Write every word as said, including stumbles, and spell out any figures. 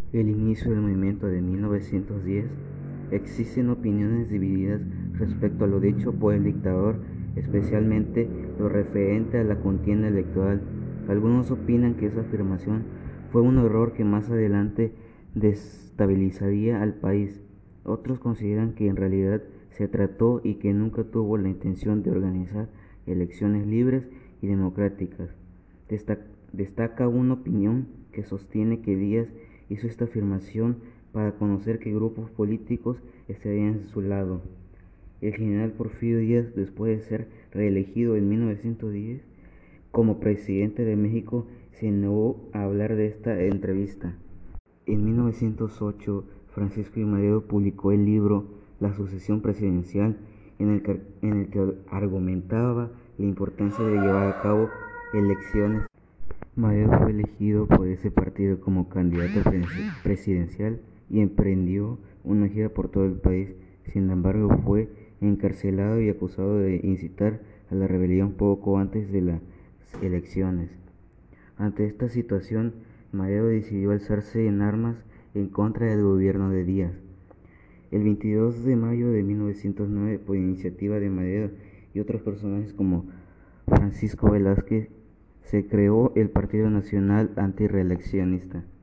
El inicio del movimiento de mil novecientos diez. Existen opiniones divididas respecto a lo dicho por el dictador, especialmente lo referente a la contienda electoral. Algunos opinan que esa afirmación fue un error que más adelante destabilizaría al país. Otros consideran que en realidad se trató y que nunca tuvo la intención de organizar elecciones libres y democráticas. Destaca una opinión que sostiene que Díaz hizo esta afirmación para conocer qué grupos políticos estarían a su lado. El general Porfirio Díaz, después de ser reelegido en mil novecientos diez como presidente de México, se negó a hablar de esta entrevista. En mil novecientos ocho, Francisco I. Madero publicó el libro La sucesión presidencial, en el que, en el que argumentaba la importancia de llevar a cabo elecciones. Madero fue elegido por ese partido como candidato presidencial y emprendió una gira por todo el país. Sin embargo, fue encarcelado y acusado de incitar a la rebelión poco antes de las elecciones. Ante esta situación, Madero decidió alzarse en armas en contra del gobierno de Díaz. El veintidós de mayo de mil novecientos nueve, por iniciativa de Madero y otros personajes como Francisco Velázquez, se creó el Partido Nacional Antirreeleccionista.